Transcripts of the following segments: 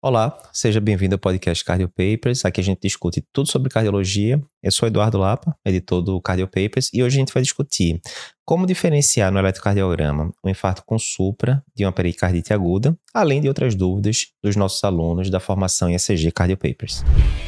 Olá, seja bem-vindo ao podcast Cardio Papers. Aqui a gente discute tudo sobre cardiologia. Eu sou Eduardo Lapa, editor do Cardio Papers, e hoje a gente vai discutir como diferenciar no eletrocardiograma o infarto com supra de uma pericardite aguda, além de outras dúvidas dos nossos alunos da formação em ECG Cardio Papers.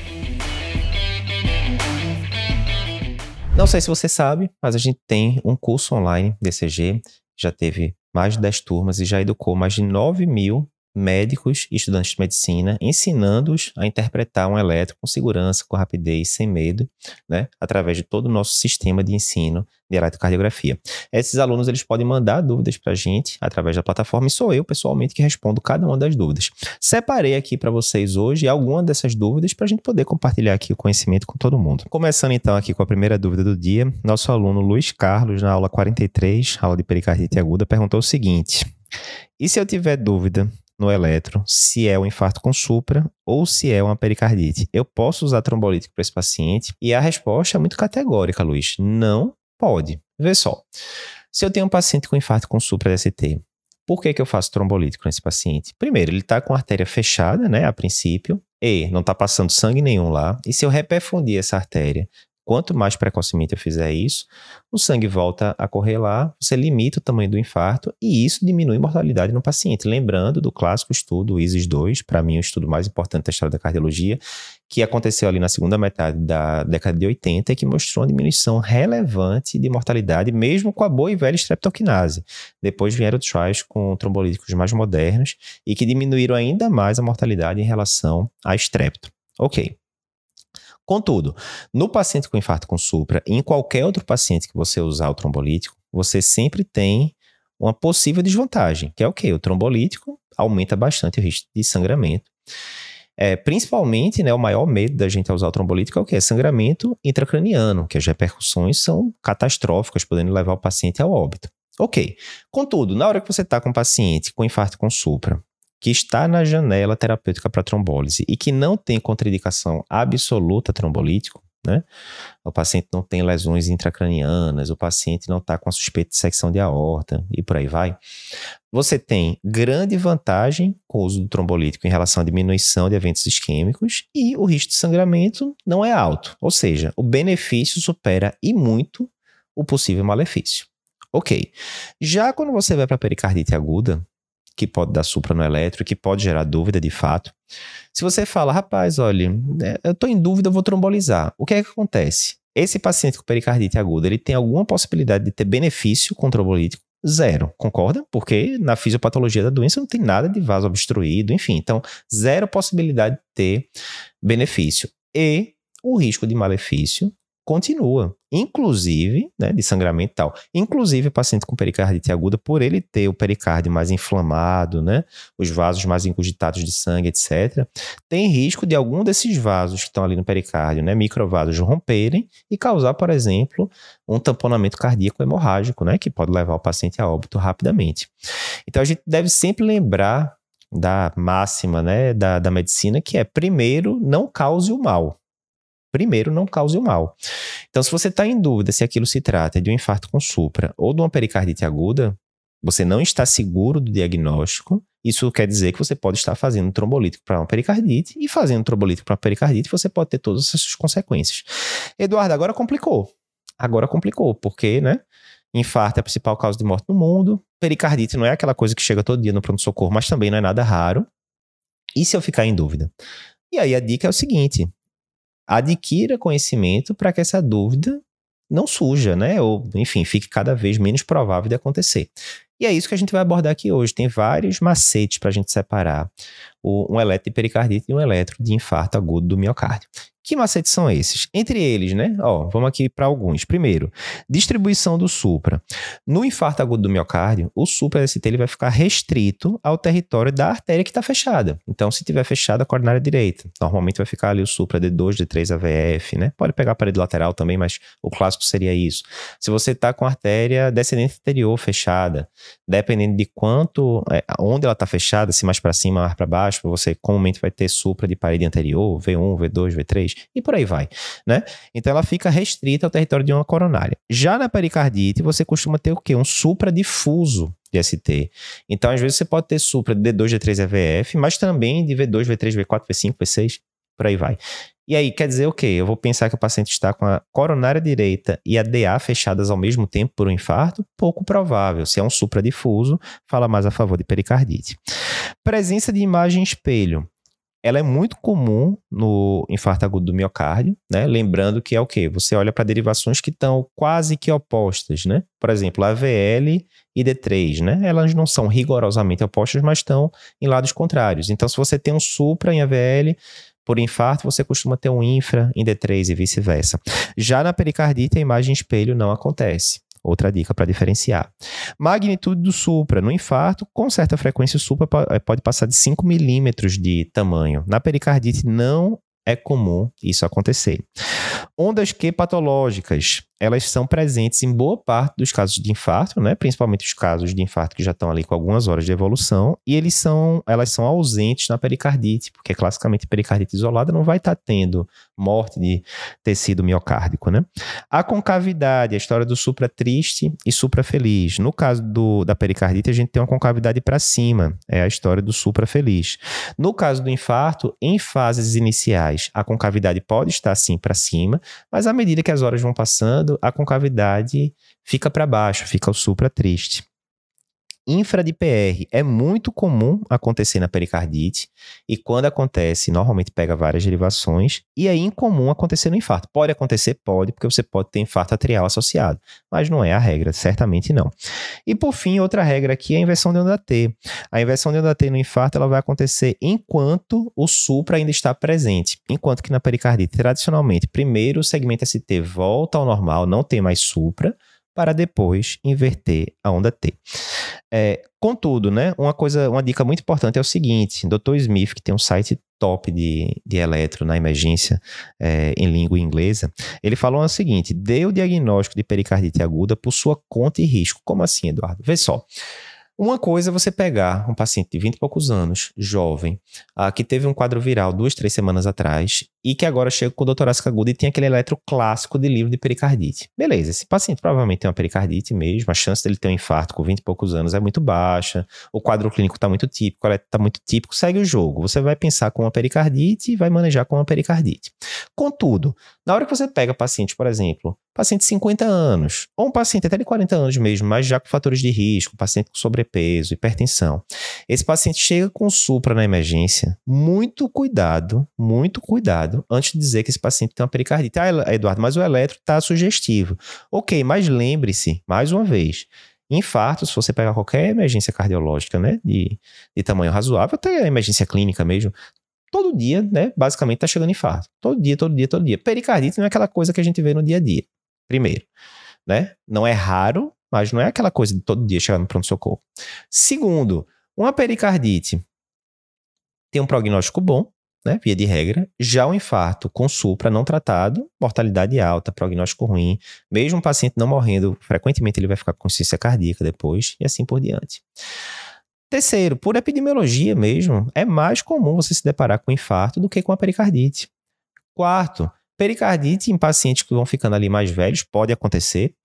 Não sei se você sabe, mas a gente tem um curso online de ECG, já teve mais de 10 turmas e já educou mais de 9.000 médicos e estudantes de medicina, ensinando-os a interpretar um eletro com segurança, com rapidez, sem medo, né, através de todo o nosso sistema de ensino de eletrocardiografia. Esses alunos eles podem mandar dúvidas para a gente através da plataforma e sou eu, pessoalmente, que respondo cada uma das dúvidas. Separei aqui para vocês hoje alguma dessas dúvidas para a gente poder compartilhar aqui o conhecimento com todo mundo. Começando então aqui com a primeira dúvida do dia, nosso aluno Luiz Carlos, na aula 43, aula de pericardite aguda, perguntou o seguinte: e se eu tiver dúvida no eletro, se é um infarto com supra ou se é uma pericardite, eu posso usar trombolítico para esse paciente? E a resposta é muito categórica, Luiz. Não pode. Vê só. Se eu tenho um paciente com infarto com supra DST, por que eu faço trombolítico nesse paciente? Primeiro, ele está com a artéria fechada, né, a princípio, e não está passando sangue nenhum lá. E se eu reperfundir essa artéria, quanto mais precocemente eu fizer isso, o sangue volta a correr lá, você limita o tamanho do infarto e isso diminui a mortalidade no paciente. Lembrando do clássico estudo ISIS-2, para mim o estudo mais importante da história da cardiologia, que aconteceu ali na segunda metade da década de 80 e que mostrou uma diminuição relevante de mortalidade, mesmo com a boa e velha streptokinase. Depois vieram trials com trombolíticos mais modernos e que diminuíram ainda mais a mortalidade em relação a strepto. Ok. Contudo, no paciente com infarto com supra e em qualquer outro paciente que você usar o trombolítico, você sempre tem uma possível desvantagem, que é o quê? O trombolítico aumenta bastante o risco de sangramento. Principalmente, né, o maior medo da gente usar o trombolítico é o quê? Sangramento intracraniano, que as repercussões são catastróficas, podendo levar o paciente ao óbito. Ok. Contudo, na hora que você está com um paciente com infarto com supra, que está na janela terapêutica para trombólise e que não tem contraindicação absoluta a trombolítico, né? O paciente não tem lesões intracranianas, o paciente não está com a suspeita de dissecção de aorta e por aí vai. Você tem grande vantagem com o uso do trombolítico em relação à diminuição de eventos isquêmicos e o risco de sangramento não é alto, ou seja, o benefício supera e muito o possível malefício. Ok. Já quando você vai para a pericardite aguda, que pode dar supra no eletro, que pode gerar dúvida de fato. Se você fala, rapaz, olha, eu estou em dúvida, eu vou trombolizar. O que é que acontece? Esse paciente com pericardite aguda, ele tem alguma possibilidade de ter benefício com trombolítico? Zero, concorda? Porque na fisiopatologia da doença não tem nada de vaso obstruído, enfim. Então, zero possibilidade de ter benefício. E o risco de malefício continua, inclusive, né, de sangramento e tal. Inclusive, o paciente com pericardite aguda, por ele ter o pericárdio mais inflamado, né, os vasos mais ingurgitados de sangue, etc., tem risco de algum desses vasos que estão ali no pericárdio, né, microvasos, romperem e causar, por exemplo, um tamponamento cardíaco hemorrágico, né, que pode levar o paciente a óbito rapidamente. Então, a gente deve sempre lembrar da máxima, né, da medicina, que é, primeiro, não cause o mal. Primeiro, não cause o mal. Então, se você está em dúvida se aquilo se trata de um infarto com supra ou de uma pericardite aguda, você não está seguro do diagnóstico, isso quer dizer que você pode estar fazendo trombolítico para uma pericardite e fazendo trombolítico para uma pericardite você pode ter todas essas consequências. Eduardo, agora complicou. Agora complicou, porque, né, infarto é a principal causa de morte no mundo, pericardite não é aquela coisa que chega todo dia no pronto-socorro, mas também não é nada raro. E se eu ficar em dúvida? E aí a dica é o seguinte: adquira conhecimento para que essa dúvida não surja, né? Ou, enfim, fique cada vez menos provável de acontecer. E é isso que a gente vai abordar aqui hoje. Tem vários macetes para a gente separar um eletro de pericardite e um eletro de infarto agudo do miocárdio. Que macetes são esses? Entre eles, né? Vamos aqui para alguns. Primeiro, distribuição do supra. No infarto agudo do miocárdio, o supra-ST ele vai ficar restrito ao território da artéria que está fechada. Então, se tiver fechada a coronária direita, normalmente vai ficar ali o supra D2, D3, AVF, né? Pode pegar a parede lateral também, mas o clássico seria isso. Se você está com a artéria descendente anterior fechada, dependendo de onde ela está fechada, se mais para cima, mais para baixo, você comumente vai ter supra de parede anterior, V1, V2, V3, e por aí vai, né? Então ela fica restrita ao território de uma coronária. Já na pericardite, você costuma ter o quê? Um supradifuso de ST. Então, às vezes, você pode ter supra de D2, D3 e AVF, mas também de V2, V3, V4, V5, V6, por aí vai. E aí, quer dizer o quê? Eu vou pensar que o paciente está com a coronária direita e a DA fechadas ao mesmo tempo por um infarto? Pouco provável. Se é um supradifuso, fala mais a favor de pericardite. Presença de imagem espelho. Ela é muito comum no infarto agudo do miocárdio, né? Lembrando que é o quê? Você olha para derivações que estão quase que opostas, né? Por exemplo, AVL e D3, né? Elas não são rigorosamente opostas, mas estão em lados contrários. Então, se você tem um supra em AVL, por infarto, você costuma ter um infra em D3 e vice-versa. Já na pericardite, a imagem espelho não acontece. Outra dica para diferenciar. Magnitude do supra. No infarto, com certa frequência, o supra pode passar de 5 milímetros de tamanho. Na pericardite, não é comum isso acontecer. Ondas Q patológicas, elas são presentes em boa parte dos casos de infarto, né? Principalmente os casos de infarto que já estão ali com algumas horas de evolução, e elas são ausentes na pericardite, porque classicamente pericardite isolada não vai estar tendo morte de tecido miocárdico, né? A concavidade, a história do supra triste e supra feliz. No caso da pericardite, a gente tem uma concavidade para cima, é a história do supra feliz. No caso do infarto, em fases iniciais, a concavidade pode estar assim para cima, mas à medida que as horas vão passando, a concavidade fica para baixo, fica o supra triste. Infra de PR é muito comum acontecer na pericardite e quando acontece, normalmente pega várias derivações e é incomum acontecer no infarto. Pode acontecer? Pode, porque você pode ter infarto atrial associado, mas não é a regra, certamente não. E por fim, outra regra aqui é a inversão de onda T. A inversão de onda T no infarto ela vai acontecer enquanto o supra ainda está presente, enquanto que na pericardite, tradicionalmente, primeiro o segmento ST volta ao normal, não tem mais supra, para depois inverter a onda T. Contudo, né, uma dica muito importante é o seguinte, Dr. Smith, que tem um site top de eletro na emergência em língua inglesa, ele falou o seguinte: dê o diagnóstico de pericardite aguda por sua conta e risco. Como assim, Eduardo? Vê só. Uma coisa é você pegar um paciente de 20 e poucos anos, jovem, que teve um quadro viral 2, 3 semanas atrás e que agora chega com dor torácica aguda e tem aquele eletro clássico de livro de pericardite. Beleza, esse paciente provavelmente tem uma pericardite mesmo, a chance dele ter um infarto com 20 e poucos anos é muito baixa, o quadro clínico está muito típico, o eletro está muito típico, segue o jogo. Você vai pensar com uma pericardite e vai manejar com uma pericardite. Contudo, na hora que você pega paciente, por exemplo, paciente de 50 anos, ou um paciente até de 40 anos mesmo, mas já com fatores de risco, paciente com sobrepeso, hipertensão. Esse paciente chega com supra na emergência, muito cuidado antes de dizer que esse paciente tem uma pericardite. Eduardo, mas o eletro está sugestivo. Ok, mas lembre-se, mais uma vez, infarto, se você pegar qualquer emergência cardiológica, né, de tamanho razoável, até a emergência clínica mesmo, todo dia, né, basicamente está chegando infarto. Todo dia. Pericardite não é aquela coisa que a gente vê no dia a dia. Primeiro, né? Não é raro, mas não é aquela coisa de todo dia chegar no pronto-socorro. Segundo, uma pericardite tem um prognóstico bom, né, via de regra. Já o infarto com supra não tratado, mortalidade alta, prognóstico ruim. Mesmo o paciente não morrendo, frequentemente ele vai ficar com insuficiência cardíaca depois e assim por diante. Terceiro, por epidemiologia mesmo, é mais comum você se deparar com infarto do que com a pericardite. Quarto, pericardite em pacientes que vão ficando ali mais velhos pode acontecer,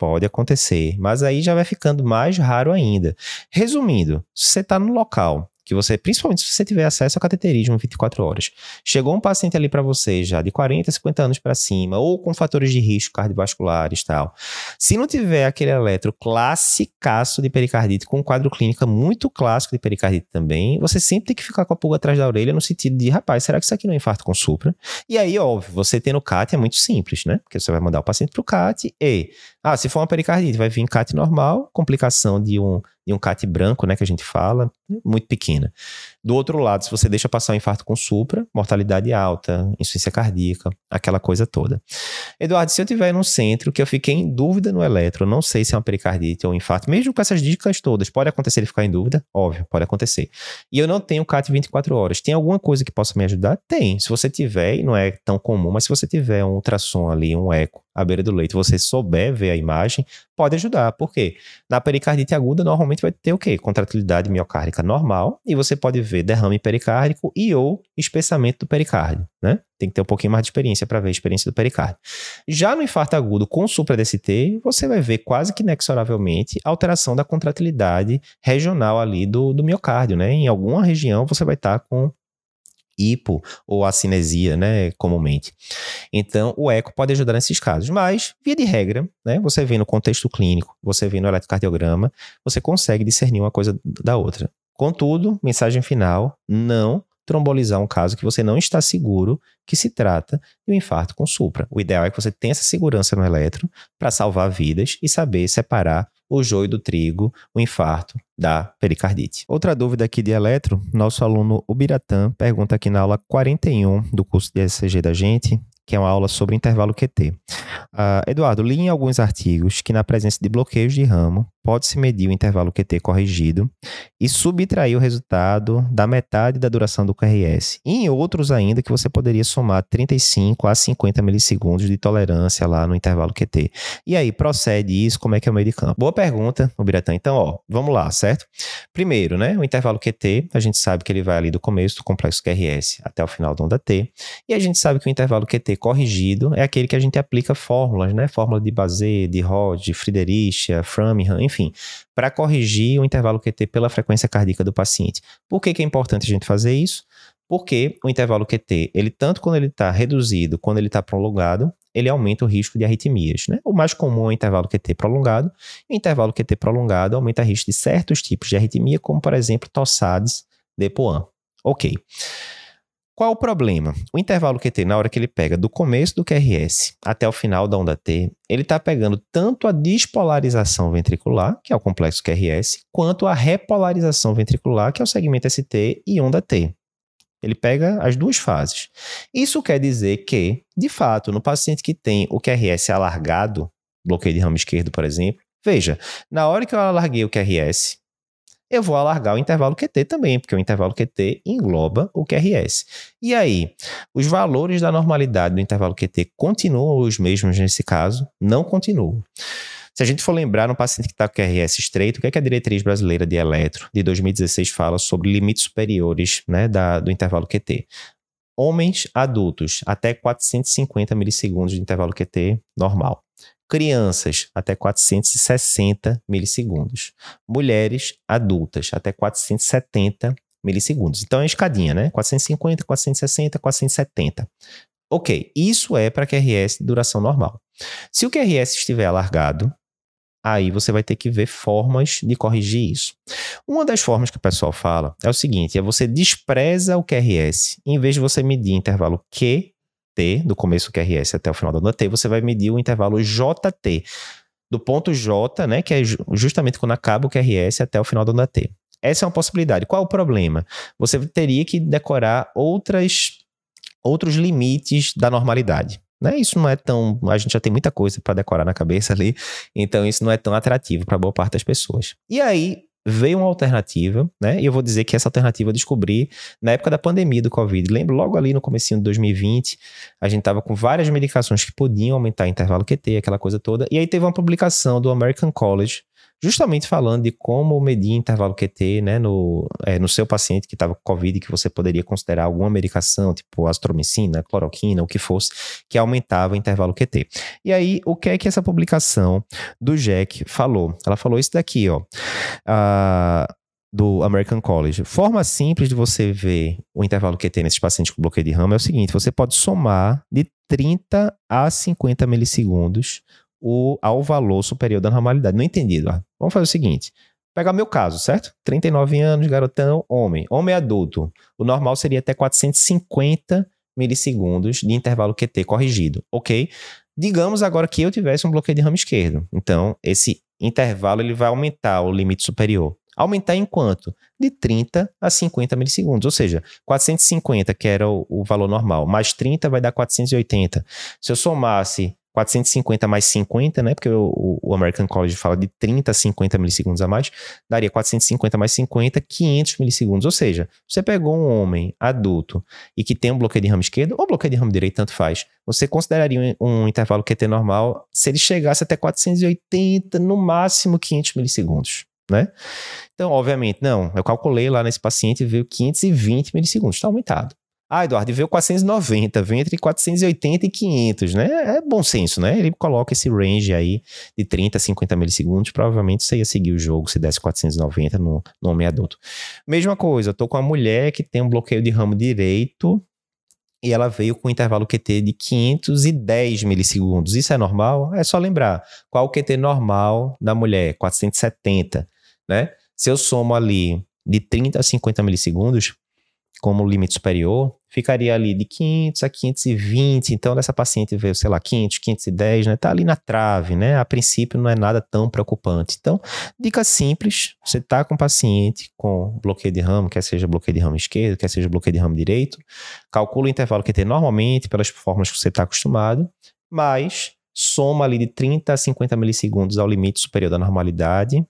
mas aí já vai ficando mais raro ainda. Resumindo, se você está no local que você, principalmente se você tiver acesso a cateterismo 24 horas, chegou um paciente ali para você já de 40, 50 anos para cima, ou com fatores de risco cardiovasculares e tal, se não tiver aquele eletro classicaço de pericardite, com um quadro clínico muito clássico de pericardite também, você sempre tem que ficar com a pulga atrás da orelha no sentido de, rapaz, será que isso aqui não é infarto com supra? E aí, óbvio, você tendo CAT é muito simples, né? Porque você vai mandar o paciente pro CAT e, se for uma pericardite, vai vir CAT normal, complicação de um CAT branco, né, que a gente fala, muito pequena. Do outro lado, se você deixa passar um infarto com supra, mortalidade alta, insuficiência cardíaca, aquela coisa toda. Eduardo, se eu tiver num centro que eu fiquei em dúvida no eletro, não sei se é uma pericardite ou um infarto, mesmo com essas dicas todas, pode acontecer ele ficar em dúvida? Óbvio, pode acontecer. E eu não tenho CAT 24 horas. Tem alguma coisa que possa me ajudar? Tem. Se você tiver, e não é tão comum, mas se você tiver um ultrassom ali, um eco, à beira do leito, você souber ver a imagem, pode ajudar. Por quê? Na pericardite aguda, normalmente vai ter o quê? Contratilidade miocárdica normal, e você pode ver derrame pericárdico e ou espessamento do pericárdio, né? Tem que ter um pouquinho mais de experiência para ver a experiência do pericárdio. Já no infarto agudo com supra-DST, você vai ver quase que inexoravelmente alteração da contratilidade regional ali do miocárdio, né? Em alguma região você vai estar com hipo ou acinesia, né, comumente. Então, o eco pode ajudar nesses casos, mas, via de regra, né, você vê no contexto clínico, você vê no eletrocardiograma, você consegue discernir uma coisa da outra. Contudo, mensagem final, não trombolizar um caso que você não está seguro que se trata de um infarto com supra. O ideal é que você tenha essa segurança no eletro para salvar vidas e saber separar o joio do trigo, o infarto da pericardite. Outra dúvida aqui de eletro, nosso aluno Ubiratã pergunta aqui na aula 41 do curso de ECG da gente, que é uma aula sobre intervalo QT. Eduardo, li em alguns artigos que na presença de bloqueios de ramo, pode-se medir o intervalo QT corrigido e subtrair o resultado da metade da duração do QRS. E em outros ainda que você poderia somar 35 a 50 milissegundos de tolerância lá no intervalo QT. E aí, procede isso? Como é que é o meio de campo? Boa pergunta, Ubiratã. Então, vamos lá, certo? Primeiro, né, o intervalo QT, a gente sabe que ele vai ali do começo do complexo QRS até o final da onda T. E a gente sabe que o intervalo QT corrigido é aquele que a gente aplica fórmulas, né? Fórmula de Bazet, de Rod, de Friederichs, Framingham, enfim, para corrigir o intervalo QT pela frequência cardíaca do paciente. Por que é importante a gente fazer isso? Porque o intervalo QT, ele tanto quando ele está reduzido, quando ele está prolongado, ele aumenta o risco de arritmias, né? O mais comum é o intervalo QT prolongado. E o intervalo QT prolongado aumenta o risco de certos tipos de arritmia, como, por exemplo, tossades de Epoam. Ok. Qual o problema? O intervalo QT, na hora que ele pega do começo do QRS até o final da onda T, ele está pegando tanto a despolarização ventricular, que é o complexo QRS, quanto a repolarização ventricular, que é o segmento ST e onda T. Ele pega as duas fases. Isso quer dizer que, de fato, no paciente que tem o QRS alargado, bloqueio de ramo esquerdo, por exemplo, veja, na hora que eu alarguei o QRS, eu vou alargar o intervalo QT também, porque o intervalo QT engloba o QRS. E aí, os valores da normalidade do intervalo QT continuam os mesmos nesse caso? Não continuam. Se a gente for lembrar no paciente que está com QRS estreito, o que é que a diretriz brasileira de eletro de 2016 fala sobre limites superiores, né, do intervalo QT? Homens adultos, até 450 milissegundos de intervalo QT normal. Crianças, até 460 milissegundos. Mulheres adultas, até 470 milissegundos. Então é uma escadinha, né? 450, 460, 470. Ok, isso é para QRS de duração normal. Se o QRS estiver alargado, aí você vai ter que ver formas de corrigir isso. Uma das formas que o pessoal fala é o seguinte, é você despreza o QRS, em vez de você medir intervalo QT, do começo do QRS até o final da onda T, você vai medir o intervalo JT, do ponto J, né, que é justamente quando acaba o QRS até o final da onda T. Essa é uma possibilidade. Qual é o problema? Você teria que decorar outros limites da normalidade. Né? Isso não é tão... A gente já tem muita coisa para decorar na cabeça ali, então isso não é tão atrativo para boa parte das pessoas. E aí veio uma alternativa, né? E eu vou dizer que essa alternativa eu descobri na época da pandemia do Covid. Lembro logo ali no comecinho de 2020, a gente estava com várias medicações que podiam aumentar o intervalo QT, aquela coisa toda. E aí teve uma publicação do American College, justamente falando de como medir intervalo QT, né, no seu paciente que estava com Covid, que você poderia considerar alguma medicação, tipo azitromicina, cloroquina, o que fosse, que aumentava o intervalo QT. E aí, o que é que essa publicação do Jack falou? Ela falou isso daqui, ó, do American College. Forma simples de você ver o intervalo QT nesses pacientes com bloqueio de ramo é o seguinte, você pode somar de 30 a 50 milissegundos ao valor superior da normalidade. Não entendi, Eduardo. Vamos fazer o seguinte. Pegar meu caso, certo? 39 anos, garotão, homem. Homem adulto. O normal seria até 450 milissegundos de intervalo QT corrigido. Ok? Digamos agora que eu tivesse um bloqueio de ramo esquerdo. Então, esse intervalo ele vai aumentar o limite superior. Aumentar em quanto? De 30 a 50 milissegundos. Ou seja, 450, que era o valor normal, mais 30 vai dar 480. Se eu somasse 450 mais 50, né? Porque o American College fala de 30 a 50 milissegundos a mais. Daria 450 mais 50, 500 milissegundos. Ou seja, você pegou um homem adulto e que tem um bloqueio de ramo esquerdo ou bloqueio de ramo direito, tanto faz. Você consideraria um intervalo QT normal se ele chegasse até 480, no máximo 500 milissegundos, né? Então, obviamente, não. Eu calculei lá nesse paciente e veio 520 milissegundos. Está aumentado. Ah, Eduardo, veio 490, veio entre 480 e 500, né? É bom senso, né? Ele coloca esse range aí de 30 a 50 milissegundos, provavelmente você ia seguir o jogo se desse 490 no homem adulto. Mesma coisa, eu tô com uma mulher que tem um bloqueio de ramo direito e ela veio com um intervalo QT de 510 milissegundos. Isso é normal? É só lembrar, qual o QT normal da mulher? 470, né? Se eu somo ali de 30 a 50 milissegundos, como limite superior, ficaria ali de 500 a 520, então dessa paciente veio, sei lá, 500, 510, né? Tá ali na trave, né? A princípio não é nada tão preocupante. Então, dica simples, você tá com um paciente com bloqueio de ramo, quer seja bloqueio de ramo esquerdo, quer seja bloqueio de ramo direito, calcula o intervalo QT normalmente, pelas formas que você está acostumado, mas soma ali de 30 a 50 milissegundos ao limite superior da normalidade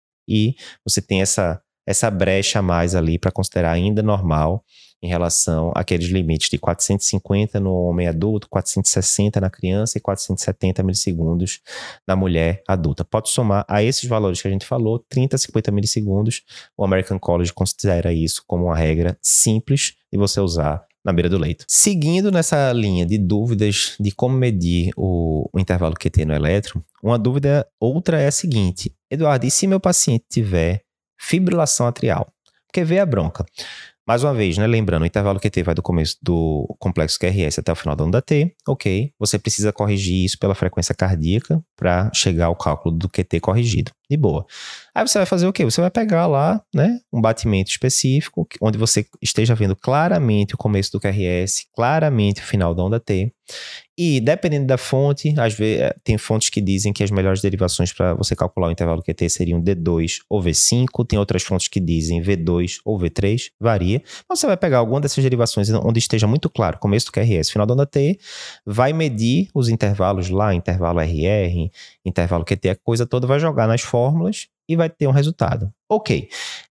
e você tem essa brecha a mais ali para considerar ainda normal em relação àqueles limites de 450 no homem adulto, 460 na criança e 470 milissegundos na mulher adulta. Pode somar a esses valores que a gente falou, 30 a 50 milissegundos. O American College considera isso como uma regra simples de você usar na beira do leito. Seguindo nessa linha de dúvidas de como medir o intervalo QT no eletro, uma dúvida outra é a seguinte: Eduardo, e se meu paciente tiver fibrilação atrial? Porque vê a bronca. Mais uma vez, né, lembrando, o intervalo QT vai do começo do complexo QRS até o final da onda T, ok. Você precisa corrigir isso pela frequência cardíaca para chegar ao cálculo do QT corrigido. De boa. Aí você vai fazer o quê? Você vai pegar lá, né, um batimento específico, onde você esteja vendo claramente o começo do QRS, claramente o final da onda T. E dependendo da fonte, às vezes tem fontes que dizem que as melhores derivações para você calcular o intervalo QT seriam D2 ou V5, tem outras fontes que dizem V2 ou V3, varia. Mas você vai pegar alguma dessas derivações onde esteja muito claro, começo do QRS, final da onda T, vai medir os intervalos lá, intervalo RR, intervalo QT, a coisa toda, vai jogar nas fórmulas e vai ter um resultado. Ok,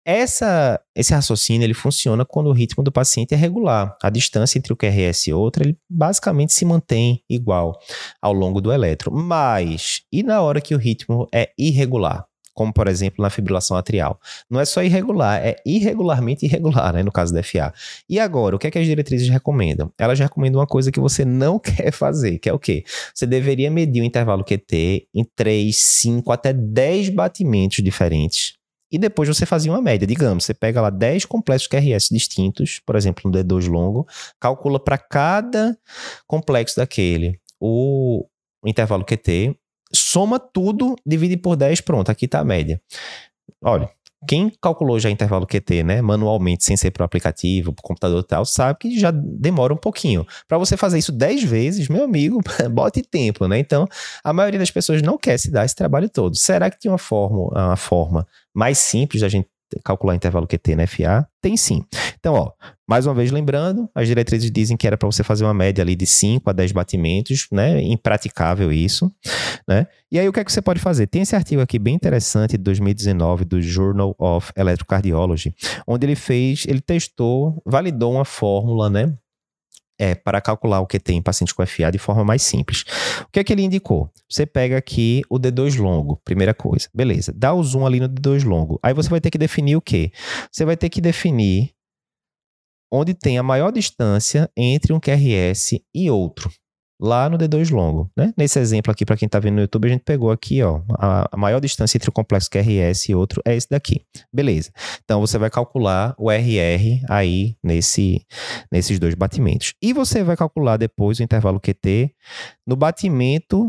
esse raciocínio ele funciona quando o ritmo do paciente é regular. A distância entre o QRS e outra, ele basicamente se mantém igual ao longo do eletro. Mas, e na hora que o ritmo é irregular? Como, por exemplo, na fibrilação atrial. Não é só irregular, é irregularmente irregular, né, no caso da FA. E agora, o que é que as diretrizes recomendam? Elas recomendam uma coisa que você não quer fazer, que é o quê? Você deveria medir o intervalo QT em 3, 5, até 10 batimentos diferentes. E depois você fazia uma média. Digamos, você pega lá 10 complexos QRS distintos, por exemplo, no D2 longo, calcula para cada complexo daquele o intervalo QT, soma tudo, divide por 10, pronto, aqui está a média. Olha, quem calculou já intervalo QT, né, manualmente, sem ser por aplicativo, por computador e tal, sabe que já demora um pouquinho. Para você fazer isso 10 vezes, meu amigo, bote tempo, né? Então, a maioria das pessoas não quer se dar esse trabalho todo. Será que tem uma forma mais simples da gente calcular intervalo QT na FA? Tem sim. Então, ó, mais uma vez lembrando, as diretrizes dizem que era para você fazer uma média ali de 5 a 10 batimentos, né? Impraticável isso, né? E aí o que é que você pode fazer? Tem esse artigo aqui bem interessante de 2019 do Journal of Electrocardiology, onde ele testou, validou uma fórmula, né? Para calcular o QT em pacientes com FA de forma mais simples. O que é que ele indicou? Você pega aqui o D2 longo, primeira coisa. Beleza, dá o zoom ali no D2 longo. Aí você vai ter que definir o quê? Você vai ter que definir onde tem a maior distância entre um QRS e outro. Lá no D2 longo, né? Nesse exemplo aqui, para quem está vendo no YouTube, a gente pegou aqui, ó, a maior distância entre o complexo QRS e outro é esse daqui. Beleza. Então, você vai calcular o RR aí nesses dois batimentos. E você vai calcular depois o intervalo QT no batimento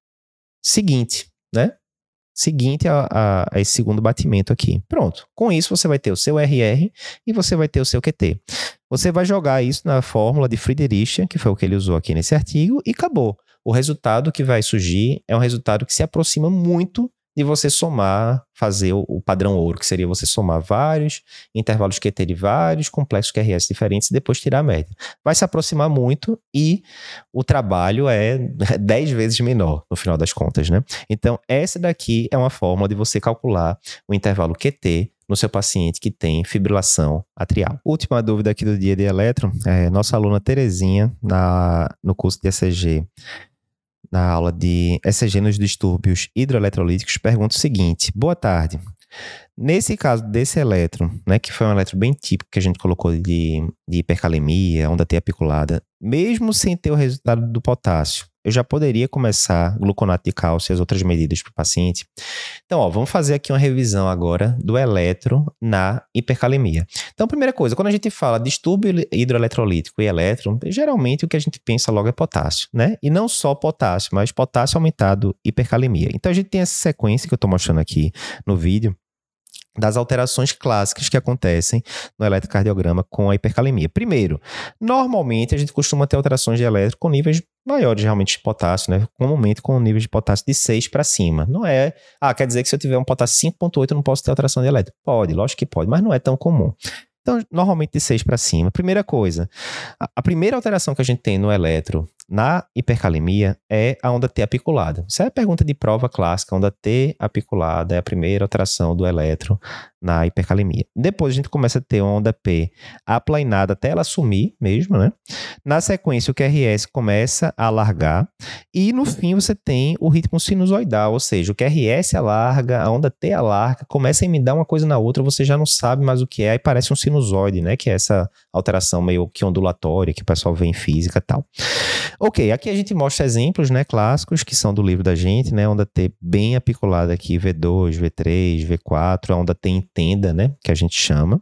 seguinte, né? Seguinte a esse segundo batimento aqui. Pronto. Com isso, você vai ter o seu RR e você vai ter o seu QT. Você vai jogar isso na fórmula de Friedrichsen, que foi o que ele usou aqui nesse artigo, e acabou. O resultado que vai surgir é um resultado que se aproxima muito de você somar, fazer o padrão ouro, que seria você somar vários intervalos QT de vários complexos QRS diferentes e depois tirar a média. Vai se aproximar muito e o trabalho é 10 vezes menor, no final das contas, né? Então, essa daqui é uma forma de você calcular o intervalo QT no seu paciente que tem fibrilação atrial. Última dúvida aqui do dia de eletro, nossa aluna Terezinha, no curso de ECG, na aula de ECG nos distúrbios hidroeletrolíticos, pergunta o seguinte: boa tarde. Nesse caso desse eletro, né, que foi um eletro bem típico que a gente colocou de hipercalemia, onda T apiculada, mesmo sem ter o resultado do potássio, eu já poderia começar gluconato de cálcio e as outras medidas para o paciente? Então, vamos fazer aqui uma revisão agora do eletro na hipercalemia. Então, primeira coisa, quando a gente fala distúrbio hidroeletrolítico e eletro, geralmente o que a gente pensa logo é potássio, né? E não só potássio, mas potássio aumentado hipercalemia. Então, a gente tem essa sequência que eu estou mostrando aqui no vídeo, das alterações clássicas que acontecem no eletrocardiograma com a hipercalemia. Primeiro, normalmente a gente costuma ter alterações de eletro com níveis maiores realmente de potássio, né? Comumente com níveis de potássio de 6 para cima. Não é, quer dizer que se eu tiver um potássio 5,8 eu não posso ter alteração de eletro? Pode, lógico que pode, mas não é tão comum. Então, normalmente de 6 para cima. Primeira coisa, a primeira alteração que a gente tem no eletro na hipercalemia é a onda T apiculada. Isso é a pergunta de prova clássica. A onda T apiculada é a primeira alteração do eletro na hipercalemia. Depois a gente começa a ter uma onda P aplanada até ela sumir mesmo, né? Na sequência, o QRS começa a alargar e no fim você tem o ritmo sinusoidal, ou seja, o QRS alarga, a onda T alarga, começa a emendar uma coisa na outra, você já não sabe mais o que é, aí parece um sinusoide, né? Que é essa alteração meio que ondulatória que o pessoal vê em física e tal. Ok, aqui a gente mostra exemplos, né, clássicos que são do livro da gente, né, onda T bem apiculada aqui, V2, V3, V4, a onda T em tenda, né, que a gente chama,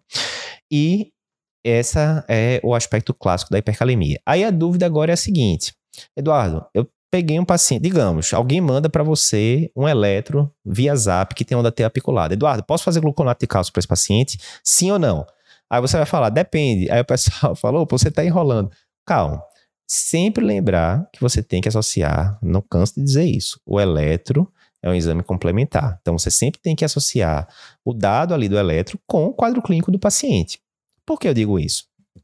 e essa é o aspecto clássico da hipercalemia. Aí a dúvida agora é a seguinte: Eduardo, eu peguei um paciente, digamos, alguém manda para você um eletro via zap que tem onda T apiculada. Eduardo, posso fazer gluconato de cálcio para esse paciente? Sim ou não? Aí você vai falar, depende. Aí o pessoal falou, você está enrolando. Calma. Sempre lembrar que você tem que associar, não canso de dizer isso, o eletro é um exame complementar. Então, você sempre tem que associar o dado ali do eletro com o quadro clínico do paciente. Por que eu digo isso?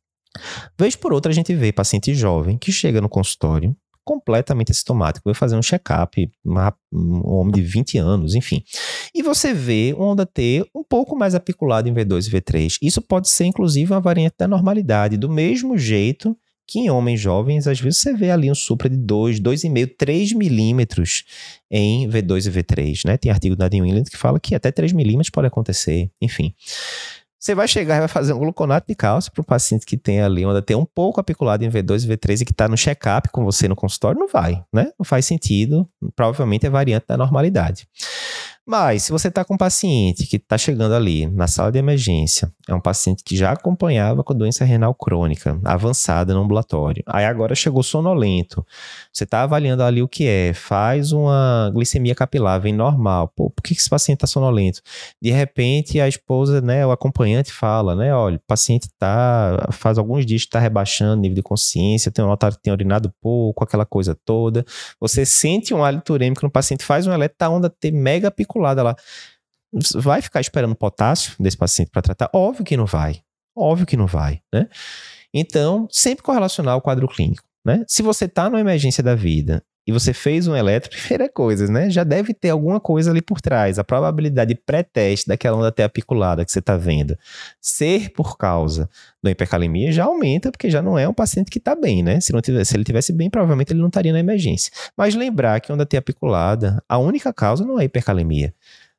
Vez por outra, a gente vê paciente jovem que chega no consultório completamente assintomático, vai fazer um check-up, um homem de 20 anos, enfim. E você vê uma onda T um pouco mais apiculada em V2 e V3. Isso pode ser, inclusive, uma variante da normalidade, do mesmo jeito que em homens jovens, às vezes você vê ali um supra de 2, 2,5, 3 milímetros em V2 e V3, né? Tem artigo da New England que fala que até 3 milímetros pode acontecer, enfim. Você vai chegar e vai fazer um gluconato de cálcio para o paciente que tem ali, onde tem um pouco apiculado em V2 e V3 e que está no check-up com você no consultório, não vai, né? Não faz sentido, provavelmente é variante da normalidade. Mas, se você está com um paciente que está chegando ali na sala de emergência, é um paciente que já acompanhava com doença renal crônica, avançada no ambulatório, aí agora chegou sonolento, você está avaliando ali o que é, faz uma glicemia capilar, vem normal, por que esse paciente está sonolento? De repente, a esposa, né, o acompanhante fala, né, olha, o paciente faz alguns dias que está rebaixando o nível de consciência, tem notado que tem urinado pouco, aquela coisa toda, você sente um hálito urêmico no paciente, faz um eletro, tá onda T mega apiculada lá. Vai ficar esperando potássio desse paciente para tratar? Óbvio que não vai. Óbvio que não vai, né? Então, sempre correlacionar o quadro clínico, né? Se você está numa emergência da vida e você fez um eletro, primeira coisa, né? Já deve ter alguma coisa ali por trás. A probabilidade pré-teste daquela onda T apiculada que você está vendo ser por causa da hipercalemia já aumenta, porque já não é um paciente que está bem, né? Se ele tivesse bem, provavelmente ele não estaria na emergência. Mas lembrar que onda T apiculada, a única causa não é hipercalemia.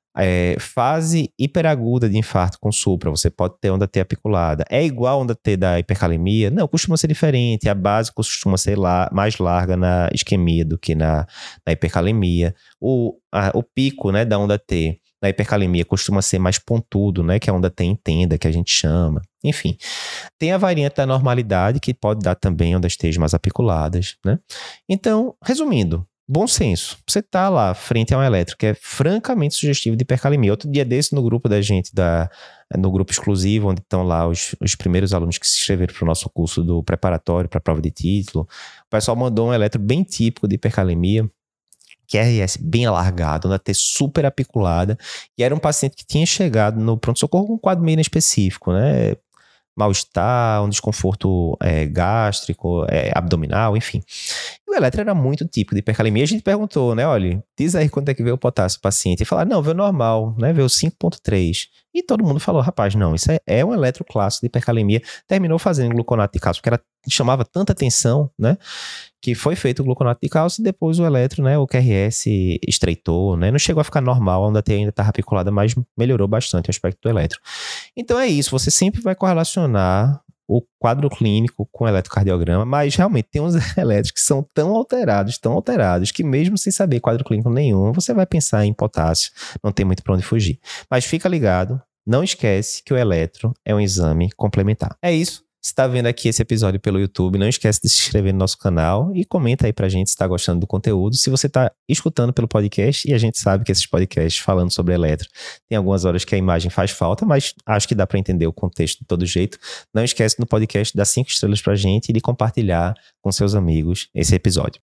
Fase hiperaguda de infarto com supra, você pode ter onda T apiculada. É igual a onda T da hipercalemia? Não, costuma ser diferente. A base costuma ser mais larga na isquemia do que na hipercalemia. O pico, né, da onda T na hipercalemia costuma ser mais pontudo, né, que é a onda T em tenda, que a gente chama. Enfim, tem a variante da normalidade, que pode dar também ondas T mais apiculadas, né? Então, resumindo, bom senso. Você está lá frente a um eletro que é francamente sugestivo de hipercalemia. Outro dia desse, no grupo da gente, no grupo exclusivo, onde estão lá os primeiros alunos que se inscreveram para o nosso curso do preparatório para a prova de título, o pessoal mandou um eletro bem típico de hipercalemia, QRS bem alargado, uma T super apiculada, e era um paciente que tinha chegado no pronto-socorro com um quadro meio específico, né? Mal-estar, um desconforto gástrico, abdominal, enfim. E o eletro era muito típico de hipercalemia. A gente perguntou, né? Olha, diz aí quanto é que veio o potássio do paciente. E falaram, não, veio normal, né? Veio 5,3. E todo mundo falou, rapaz, não, isso é um eletro clássico de hipercalemia. Terminou fazendo gluconato de cálcio, porque chamava tanta atenção, né? Que foi feito o gluconato de cálcio e depois o eletro, né? O QRS estreitou, né? Não chegou a ficar normal, ainda estava apiculada, mas melhorou bastante o aspecto do eletro. Então é isso, você sempre vai correlacionar o quadro clínico com o eletrocardiograma, mas realmente tem uns eletros que são tão alterados, que mesmo sem saber quadro clínico nenhum, você vai pensar em potássio, não tem muito para onde fugir. Mas fica ligado, não esquece que o eletro é um exame complementar. É isso. Se está vendo aqui esse episódio pelo YouTube, não esquece de se inscrever no nosso canal e comenta aí pra gente se está gostando do conteúdo. Se você está escutando pelo podcast, e a gente sabe que esses podcasts falando sobre eletro, tem algumas horas que a imagem faz falta, mas acho que dá para entender o contexto de todo jeito. Não esquece no podcast de dar 5 estrelas pra gente e de compartilhar com seus amigos esse episódio.